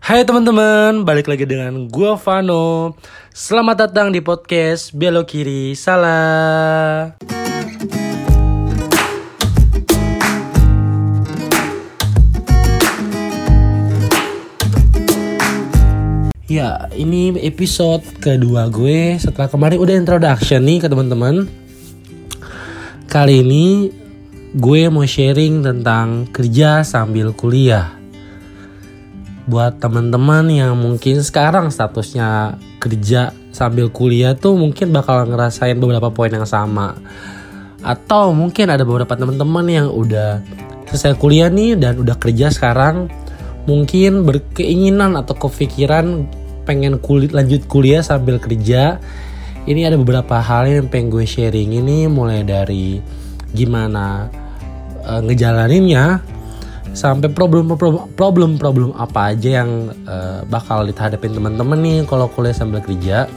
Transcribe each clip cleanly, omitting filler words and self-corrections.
Hai teman-teman, balik lagi dengan gua Vano. Selamat datang di podcast Belok Kiri Salah. Ya, ini episode kedua gue setelah kemarin udah introduction nih ke teman-teman. Kali ini gue mau sharing tentang kerja sambil kuliah. Buat teman-teman yang mungkin sekarang statusnya kerja sambil kuliah tuh mungkin bakal ngerasain beberapa poin yang sama. Atau mungkin ada beberapa teman-teman yang udah selesai kuliah nih dan udah kerja sekarang, mungkin berkeinginan atau kepikiran pengen lanjut kuliah sambil kerja. Ini ada beberapa hal yang pengen gue sharing ini, mulai dari gimana ngejalaninnya sampai problem apa aja yang bakal dihadapin teman-teman nih kalau kuliah sambil kerja.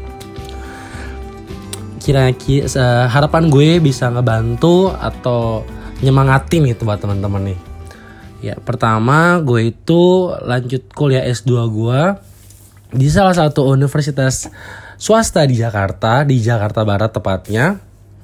Kira-kira harapan gue bisa ngebantu atau nyemangatin gitu buat teman-teman nih. Ya, pertama gue itu lanjut kuliah S2 gue di salah satu universitas swasta di Jakarta Barat tepatnya.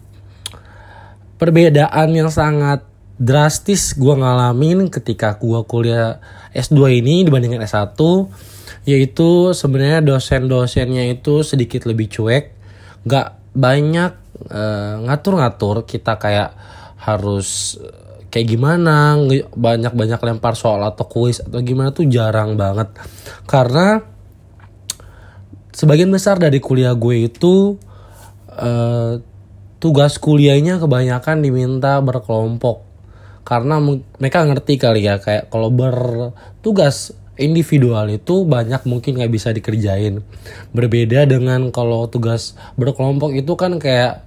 Perbedaan yang sangat drastis gue ngalamin ketika gue kuliah S2 ini dibandingkan S1, yaitu sebenarnya dosen-dosennya itu sedikit lebih cuek, gak banyak ngatur-ngatur kita kayak harus kayak gimana, banyak-banyak lempar soal atau kuis atau gimana tuh jarang banget. Karena sebagian besar dari kuliah gue itu tugas kuliahnya kebanyakan diminta berkelompok. Karena mereka ngerti kali ya, kayak kalau bertugas individual itu banyak mungkin gak bisa dikerjain. Berbeda dengan kalau tugas berkelompok itu kan kayak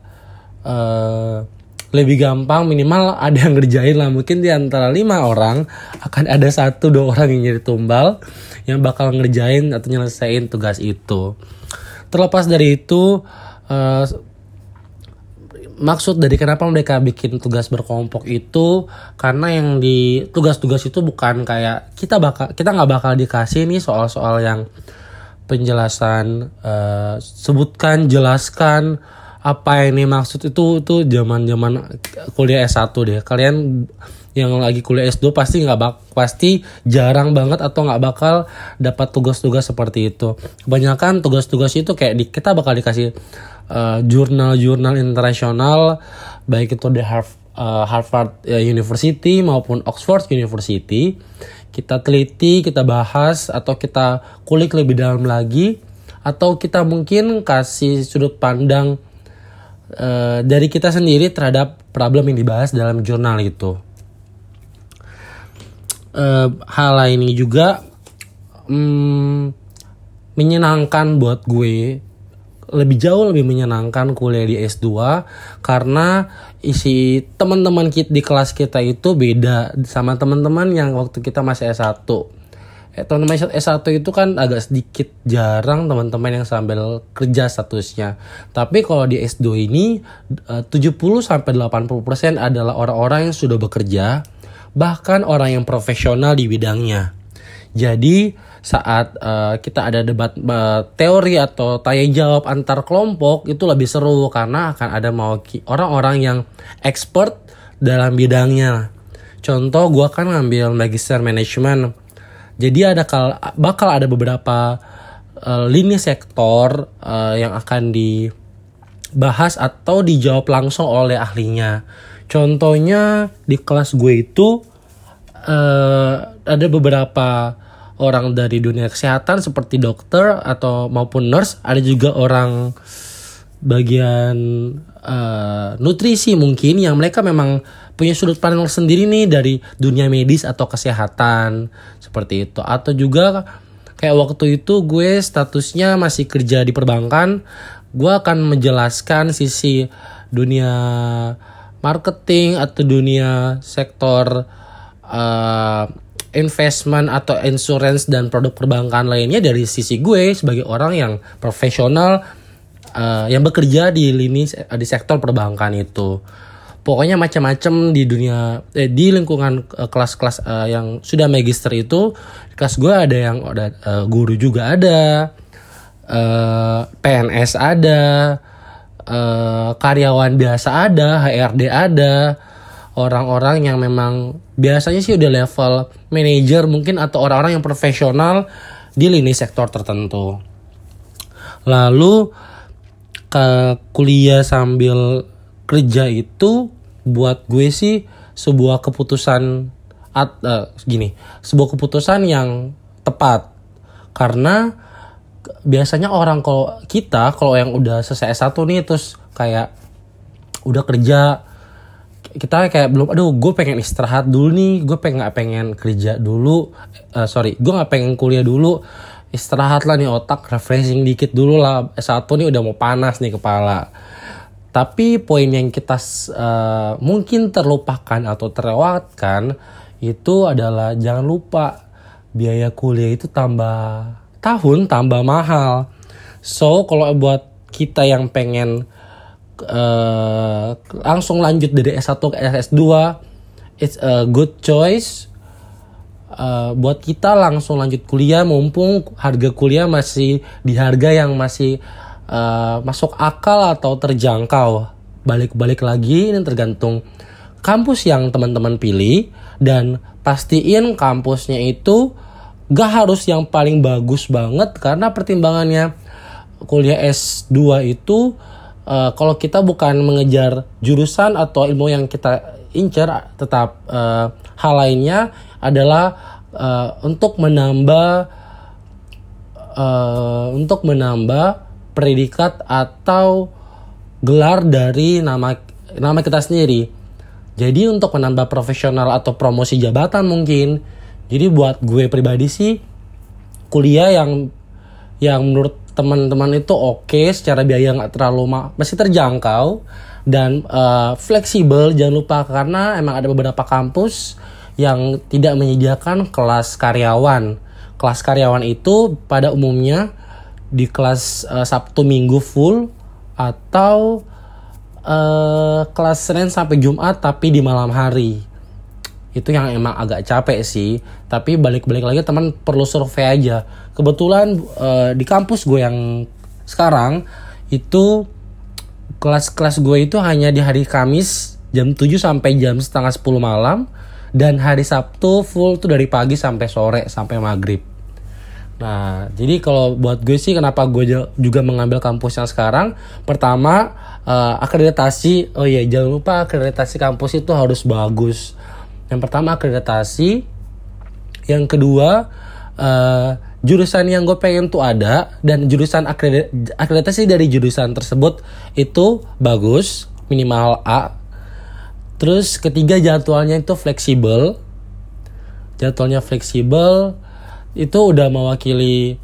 lebih gampang, minimal ada yang ngerjain lah. Mungkin di antara 5 orang akan ada 1-2 orang yang jadi tumbal yang bakal ngerjain atau nyelesain tugas itu. Terlepas dari itu, maksud dari kenapa mereka bikin tugas berkelompok itu karena yang di tugas-tugas itu bukan kayak kita nggak bakal dikasih nih soal-soal yang penjelasan sebutkan, jelaskan apa ini maksud itu zaman-zaman kuliah S1 deh. Kalian yang lagi kuliah S2 pasti jarang banget atau nggak bakal dapat tugas-tugas seperti itu. Kebanyakan tugas-tugas itu kayak kita bakal dikasih jurnal-jurnal internasional, baik itu di Harvard University maupun Oxford University. Kita teliti, kita bahas, atau kita kulik lebih dalam lagi, atau kita mungkin kasih sudut pandang dari kita sendiri terhadap problem yang dibahas dalam jurnal itu. Hal ini juga menyenangkan buat gue, jauh lebih menyenangkan kuliah di S2 karena isi teman-teman kita di kelas kita itu beda sama teman-teman yang waktu kita masih S1. Teman-teman S1 itu kan agak sedikit jarang teman-teman yang sambil kerja statusnya. Tapi kalau di S2 ini 70-80% adalah orang-orang yang sudah bekerja, bahkan orang yang profesional di bidangnya. Jadi saat kita ada debat teori atau tanya jawab antar kelompok itu lebih seru karena akan ada orang-orang yang expert dalam bidangnya. Contoh, gue kan ngambil magister manajemen. Jadi bakal ada beberapa lini sektor yang akan dibahas atau dijawab langsung oleh ahlinya. Contohnya di kelas gue itu ada beberapa orang dari dunia kesehatan seperti dokter atau maupun nurse, ada juga orang bagian nutrisi mungkin yang mereka memang punya sudut pandang sendiri nih dari dunia medis atau kesehatan seperti itu. Atau juga kayak waktu itu gue statusnya masih kerja di perbankan, gue akan menjelaskan sisi dunia marketing atau dunia sektor investment atau insurance dan produk perbankan lainnya dari sisi gue sebagai orang yang profesional yang bekerja di sektor perbankan itu. pokoknya macam-macam di dunia di lingkungan kelas-kelas yang sudah magister itu. Kelas gue ada yang guru juga ada, PNS ada, karyawan biasa ada, HRD ada, orang-orang yang memang biasanya sih udah level manajer mungkin, atau orang-orang yang profesional di lini sektor tertentu. Lalu kuliah sambil kerja itu buat gue sih sebuah keputusan sebuah keputusan yang tepat, karena biasanya orang kalau yang udah selesai S1 nih terus kayak udah kerja, kita kayak belum, gue pengen istirahat dulu nih, gue nggak pengen kerja dulu, gue nggak pengen kuliah dulu, istirahat lah nih otak, refreshing dikit dulu lah, S1 nih udah mau panas nih kepala. Tapi poin yang kita mungkin terlupakan atau terlewatkan itu adalah jangan lupa biaya kuliah itu tambah mahal. So kalau buat kita yang pengen langsung lanjut dari S1 ke S2, it's a good choice. Buat kita langsung lanjut kuliah mumpung harga kuliah masih di harga yang masih masuk akal atau terjangkau. Balik lagi ini tergantung kampus yang teman-teman pilih, dan pastiin kampusnya itu gak harus yang paling bagus banget, karena pertimbangannya kuliah S2 itu kalau kita bukan mengejar jurusan atau ilmu yang kita incar, tetap hal lainnya adalah untuk menambah predikat atau gelar dari nama kita sendiri. Jadi untuk menambah profesional atau promosi jabatan mungkin. Jadi buat gue pribadi sih kuliah yang menurut teman-teman itu oke, secara biaya nggak terlalu masih terjangkau dan fleksibel. Jangan lupa, karena emang ada beberapa kampus yang tidak menyediakan kelas karyawan. Kelas karyawan itu pada umumnya di kelas Sabtu Minggu full, atau kelas Senin sampai Jumat tapi di malam hari. Itu yang emang agak capek sih. Tapi balik lagi teman perlu survei aja. Kebetulan di kampus gue yang sekarang itu kelas gue itu hanya di hari Kamis jam 7 sampai jam setengah 10 malam, dan hari Sabtu full tuh dari pagi sampai sore sampai maghrib. Nah, jadi kalau buat gue sih kenapa gue juga mengambil kampus yang sekarang, pertama akreditasi. Oh iya, jangan lupa akreditasi kampus itu harus bagus. Yang pertama akreditasi, yang kedua jurusan yang gue pengen tuh ada, dan jurusan akreditasi dari jurusan tersebut itu bagus, minimal A. Terus ketiga jadwalnya itu fleksibel. Jadwalnya fleksibel itu udah mewakili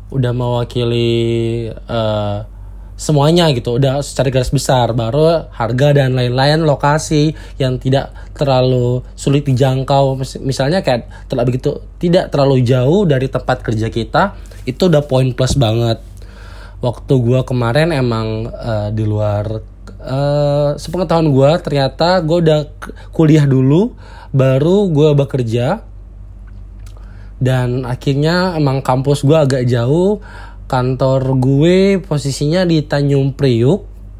semuanya gitu, udah secara garis besar. Baru harga dan lain-lain, lokasi yang tidak terlalu sulit dijangkau, misalnya kayak tidak terlalu jauh dari tempat kerja kita, itu udah poin plus banget. Waktu gue kemarin emang di luar sepengetahuan gue, ternyata gue udah kuliah dulu baru gue bekerja. Dan akhirnya emang kampus gue agak jauh. Kantor gue posisinya di Tanjung Priuk,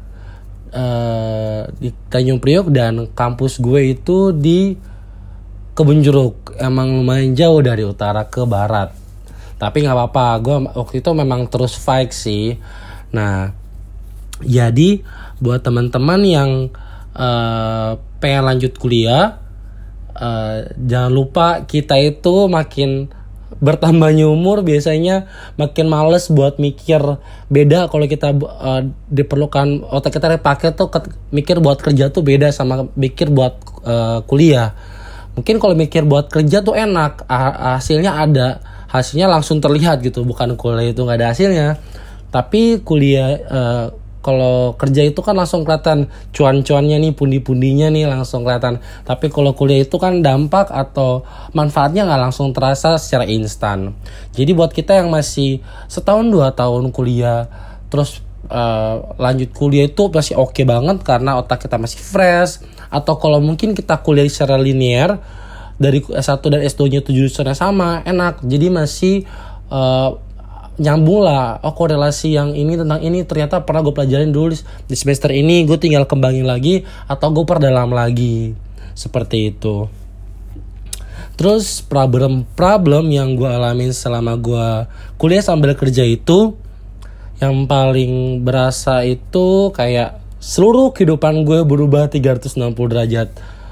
dan kampus gue itu di Kebun Jeruk. Emang lumayan jauh dari utara ke barat. Tapi nggak apa-apa, gue waktu itu memang terus fight sih. Nah, jadi buat teman-teman yang pengen lanjut kuliah, jangan lupa kita itu makin bertambahnya umur biasanya makin males buat mikir. Beda kalau kita diperlukan otak kita dipakai tuh mikir buat kerja tuh beda sama mikir buat kuliah. Mungkin kalau mikir buat kerja tuh enak, hasilnya langsung terlihat gitu. Bukan kuliah itu nggak ada hasilnya, tapi kuliah kalau kerja itu kan langsung kelihatan cuan-cuannya nih, pundi-pundinya nih langsung kelihatan. Tapi kalau kuliah itu kan dampak atau manfaatnya nggak langsung terasa secara instan. Jadi buat kita yang masih 1-2 tahun kuliah, terus lanjut kuliah itu masih oke banget karena otak kita masih fresh. Atau kalau mungkin kita kuliah secara linear dari S1 dan S2-nya itu jurusannya sama, enak. Jadi masih nyambung lah. Oh, korelasi yang ini tentang ini ternyata pernah gue pelajarin dulu di semester ini, gue tinggal kembangin lagi atau gue perdalam lagi. Seperti itu. Terus problem yang gue alamin selama gue kuliah sambil kerja itu, yang paling berasa itu kayak seluruh kehidupan gue berubah 360 derajat.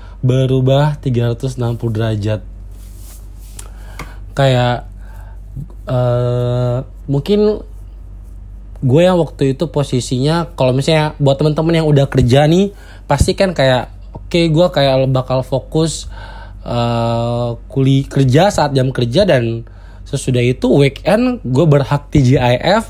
Kayak mungkin gue yang waktu itu posisinya, kalau misalnya buat teman-teman yang udah kerja nih, pasti kan kayak oke, gue kayak bakal fokus kerja saat jam kerja, dan sesudah itu weekend gue berhak TGIF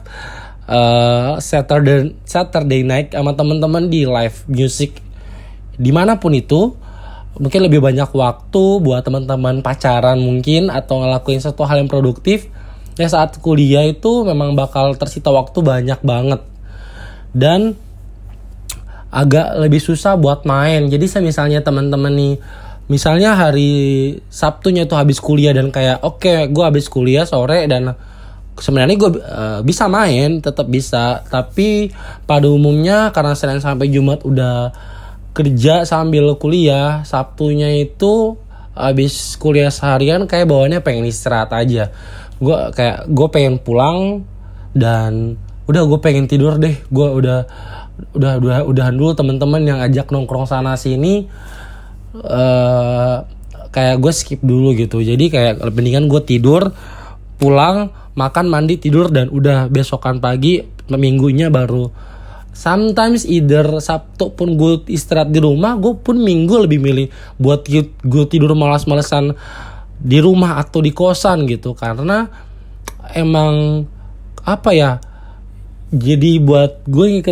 Saturday night sama teman-teman di live music dimanapun itu. Mungkin lebih banyak waktu buat teman-teman pacaran mungkin, atau ngelakuin satu hal yang produktif. Ya saat kuliah itu memang bakal tersita waktu banyak banget, dan agak lebih susah buat main. Jadi misalnya teman-teman nih, misalnya hari Sabtunya itu habis kuliah dan kayak oke, gue habis kuliah sore dan sebenarnya gue bisa main, tetap bisa. Tapi pada umumnya karena Senin sampai Jumat udah kerja sambil kuliah, Sabtunya itu habis kuliah seharian kayak bawaannya pengen istirahat aja. Gue pengen pulang dan udah gue pengen tidur deh. Gue udahan dulu teman-teman yang ajak nongkrong sana sini. Kayak gue skip dulu gitu. Jadi kayak mendingan gue tidur, pulang, makan, mandi, tidur, dan udah besokan pagi minggunya baru. Sometimes either Sabtu pun gue istirahat di rumah, gue pun Minggu lebih milih buat gue tidur malas-malesan di rumah atau di kosan gitu. Karena emang apa ya, jadi buat gue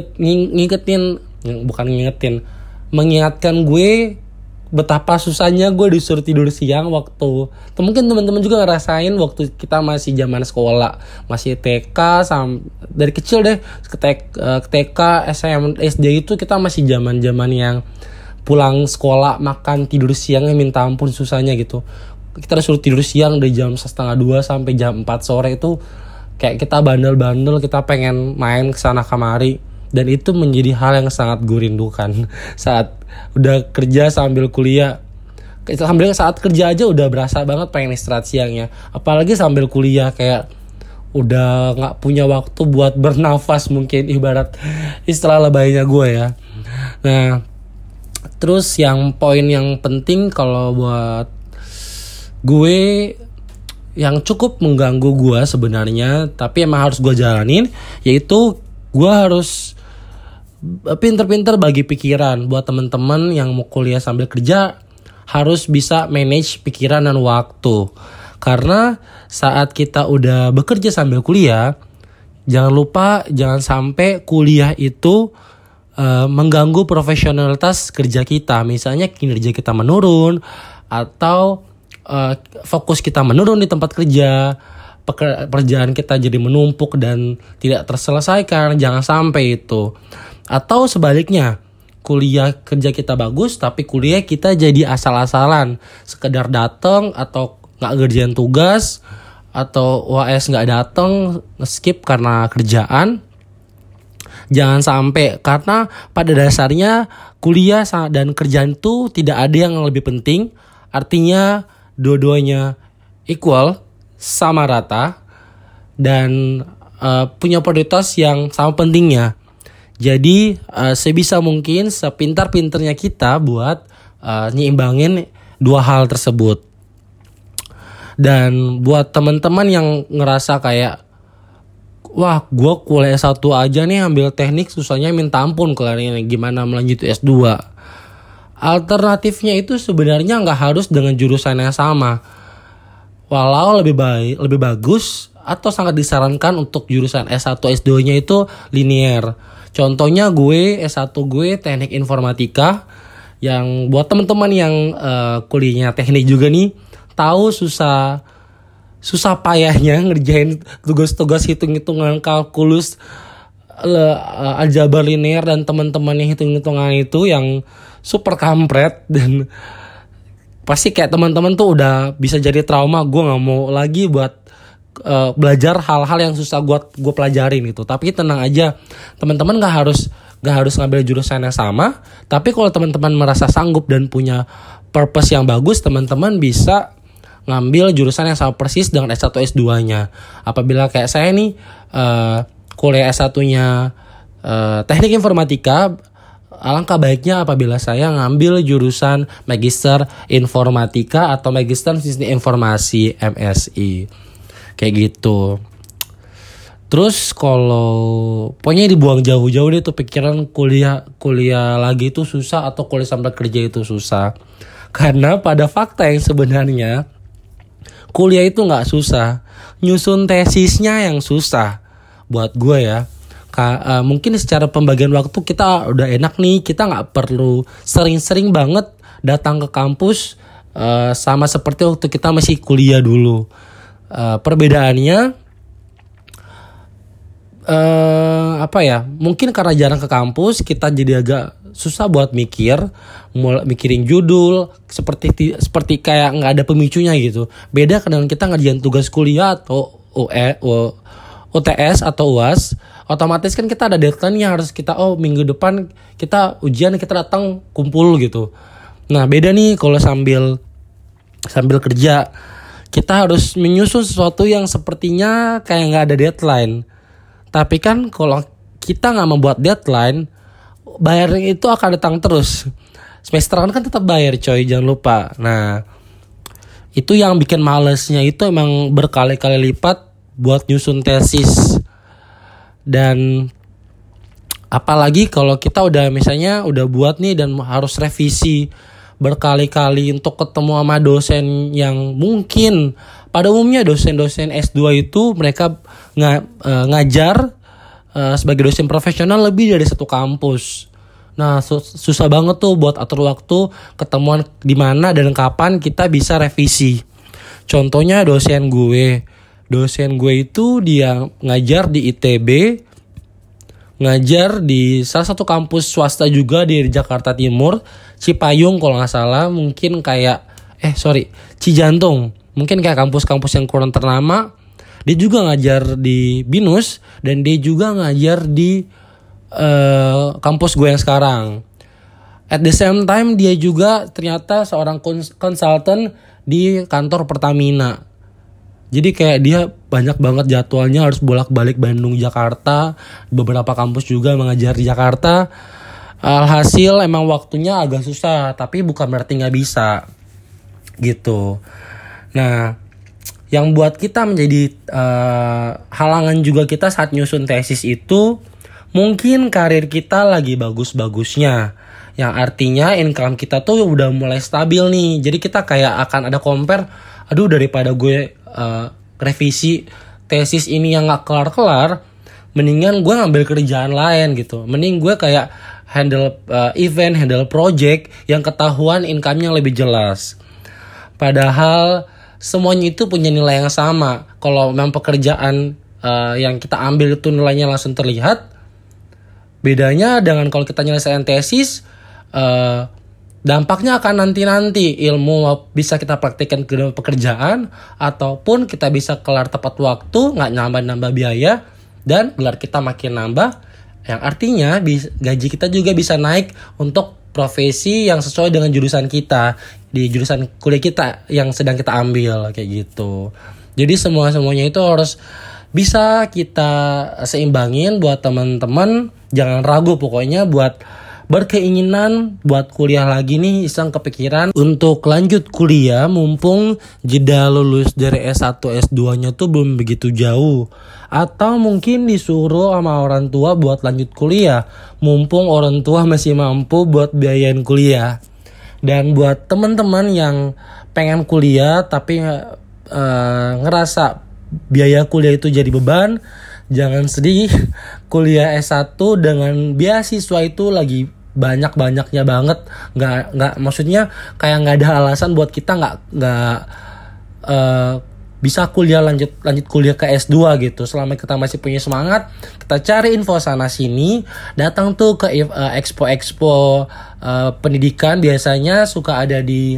mengingatkan gue betapa susahnya gue disuruh tidur siang waktu. Mungkin teman-teman juga ngerasain waktu kita masih zaman sekolah, masih TK dari kecil deh ke TK, SM, SD itu kita masih zaman-zaman yang pulang sekolah makan tidur siangnya minta ampun susahnya gitu. Kita disuruh tidur siang dari jam 1:30 sampai jam 4 sore itu kayak kita bandel-bandel, kita pengen main kesana kemari. Dan itu menjadi hal yang sangat gue rindukan saat udah kerja sambil kuliah. Saat kerja aja udah berasa banget pengen istirahat siangnya. Apalagi sambil kuliah kayak udah gak punya waktu buat bernafas, mungkin ibarat istilah lebaynya gue ya. Nah, terus yang poin yang penting kalau buat gue yang cukup mengganggu gue sebenarnya, tapi emang harus gue jalanin, yaitu gue harus pinter-pinter bagi pikiran. Buat teman-teman yang mau kuliah sambil kerja, harus bisa manage pikiran dan waktu. Karena saat kita udah bekerja sambil kuliah, jangan sampai kuliah itu mengganggu profesionalitas kerja kita. Misalnya kinerja kita menurun, atau fokus kita menurun di tempat kerja, pekerjaan kita jadi menumpuk dan tidak terselesaikan. Jangan sampai itu. Atau sebaliknya, kuliah kerja kita bagus tapi kuliah kita jadi asal-asalan, sekedar datang atau nggak ngerjain tugas, atau UAS nggak datang, skip karena kerjaan. Jangan sampai, karena pada dasarnya kuliah dan kerjaan itu tidak ada yang lebih penting. Artinya dua-duanya equal, sama rata, dan punya prioritas yang sama pentingnya. Jadi sebisa mungkin, sepintar-pintarnya kita buat nyimbangin dua hal tersebut. Dan buat teman-teman yang ngerasa kayak, wah gue kuliah S1 aja nih ambil teknik susahnya minta ampun, kalian gimana melanjut S2. Alternatifnya itu sebenarnya gak harus dengan jurusan yang sama. Walau lebih bagus atau sangat disarankan untuk jurusan S1 S2-nya itu linear. Contohnya S1 gue teknik informatika, yang buat teman-teman yang kuliahnya teknik juga nih, tahu susah payahnya ngerjain tugas-tugas hitung-hitungan kalkulus aljabar linear dan teman-temannya hitung-hitungan itu yang super kampret, dan pasti kayak teman-teman tuh udah bisa jadi trauma. Gue nggak mau lagi buat belajar hal-hal yang susah gue pelajarin gitu. Tapi tenang aja, teman-teman nggak harus ngambil jurusan yang sama. Tapi kalau teman-teman merasa sanggup dan punya purpose yang bagus, teman-teman bisa ngambil jurusan yang sama persis dengan S1 S2-nya. Apabila kayak saya nih kuliah S1-nya teknik informatika, alangkah baiknya apabila saya ngambil jurusan magister informatika atau magister sistem informasi MSI. Kayak gitu. Terus kalau pokoknya dibuang jauh-jauh deh tuh pikiran kuliah lagi itu susah atau kuliah sambil kerja itu susah. Karena pada fakta yang sebenarnya kuliah itu nggak susah, nyusun tesisnya yang susah buat gue ya. Mungkin secara pembagian waktu kita udah enak nih, kita nggak perlu sering-sering banget datang ke kampus sama seperti waktu kita masih kuliah dulu. Perbedaannya mungkin karena jarang ke kampus, kita jadi agak susah buat mikirin judul seperti kayak nggak ada pemicunya gitu. Beda dengan kita ngerjain tugas kuliah atau UTS atau UAS, otomatis kan kita ada deadline yang harus kita minggu depan kita ujian, kita datang kumpul gitu. Nah beda nih kalau sambil kerja, kita harus menyusun sesuatu yang sepertinya kayak nggak ada deadline. Tapi kan kalau kita nggak membuat deadline, bayarnya itu akan datang terus. Semesteran kan tetap bayar coy, jangan lupa. Nah itu yang bikin malesnya itu emang berkali-kali lipat buat nyusun tesis. Dan apalagi kalau kita udah buat nih dan harus revisi berkali-kali untuk ketemu sama dosen yang mungkin pada umumnya dosen-dosen S2 itu mereka ngajar sebagai dosen profesional lebih dari satu kampus. Nah susah banget tuh buat atur waktu ketemuan di mana dan kapan kita bisa revisi. Contohnya dosen gue itu dia ngajar di ITB, ngajar di salah satu kampus swasta juga di Jakarta Timur, Cipayung kalau nggak salah, mungkin kayak Cijantung, mungkin kayak kampus-kampus yang kurang ternama. Dia juga ngajar di BINUS dan dia juga ngajar di kampus gue yang sekarang. At the same time dia juga ternyata seorang konsultan di kantor Pertamina. Jadi kayak dia banyak banget jadwalnya, harus bolak-balik Bandung Jakarta, beberapa kampus juga mengajar di Jakarta. Alhasil emang waktunya agak susah, tapi bukan berarti nggak bisa gitu. Nah yang buat kita menjadi halangan juga kita saat nyusun tesis itu mungkin karir kita lagi bagus-bagusnya, yang artinya income kita tuh udah mulai stabil nih. Jadi kita kayak akan ada compare, daripada gue revisi tesis ini yang gak kelar-kelar, mendingan gue ngambil kerjaan lain gitu. Mending gue kayak handle event, handle project yang ketahuan income-nya lebih jelas. Padahal semuanya itu punya nilai yang sama. Kalau memang pekerjaan yang kita ambil itu nilainya langsung terlihat, bedanya dengan kalau kita nyelesain tesis, dampaknya akan nanti ilmu bisa kita praktikkan ke dalam pekerjaan, ataupun kita bisa kelar tepat waktu, nggak nambah biaya, dan gelar kita makin nambah, yang artinya gaji kita juga bisa naik untuk profesi yang sesuai dengan jurusan kita, di jurusan kuliah kita yang sedang kita ambil, kayak gitu. Jadi semuanya itu harus bisa kita seimbangin buat teman-teman. Jangan ragu pokoknya buat berkeinginan buat kuliah lagi nih, iseng kepikiran untuk lanjut kuliah mumpung jeda lulus dari S1 S2-nya tuh belum begitu jauh, atau mungkin disuruh sama orang tua buat lanjut kuliah mumpung orang tua masih mampu buat biayain kuliah. Dan buat teman-teman yang pengen kuliah tapi ngerasa biaya kuliah itu jadi beban, jangan sedih. Kuliah S1 dengan beasiswa itu lagi banyak-banyaknya banget. Nggak maksudnya kayak nggak ada alasan buat kita nggak bisa lanjut kuliah ke S2 gitu. Selama kita masih punya semangat, kita cari info sana sini, datang tuh ke expo pendidikan, biasanya suka ada di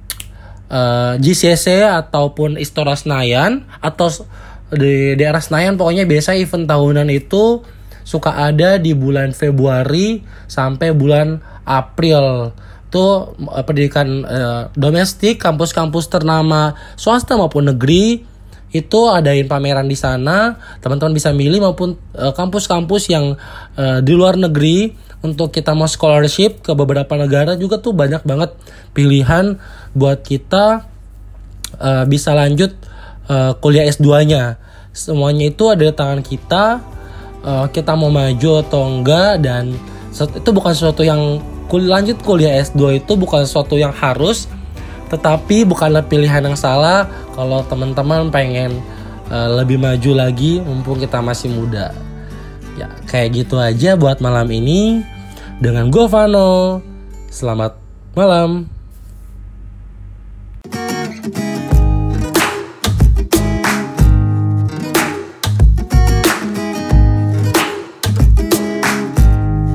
GCC ataupun Istora Senayan atau di daerah Senayan. Pokoknya biasa event tahunan itu suka ada di bulan Februari sampai bulan April. Tuh pendidikan domestik, kampus-kampus ternama swasta maupun negeri itu adain pameran di sana. Teman-teman bisa milih, maupun kampus-kampus yang di luar negeri untuk kita mau scholarship ke beberapa negara juga tuh banyak banget pilihan buat kita bisa lanjut kuliah S2-nya. Semuanya itu ada di tangan kita. Kita mau maju atau enggak, dan itu bukan sesuatu yang lanjut kuliah S2 itu bukan sesuatu yang harus, tetapi bukanlah pilihan yang salah kalau teman-teman pengen lebih maju lagi mumpung kita masih muda. Ya, kayak gitu aja buat malam ini dengan gue Vano. Selamat malam.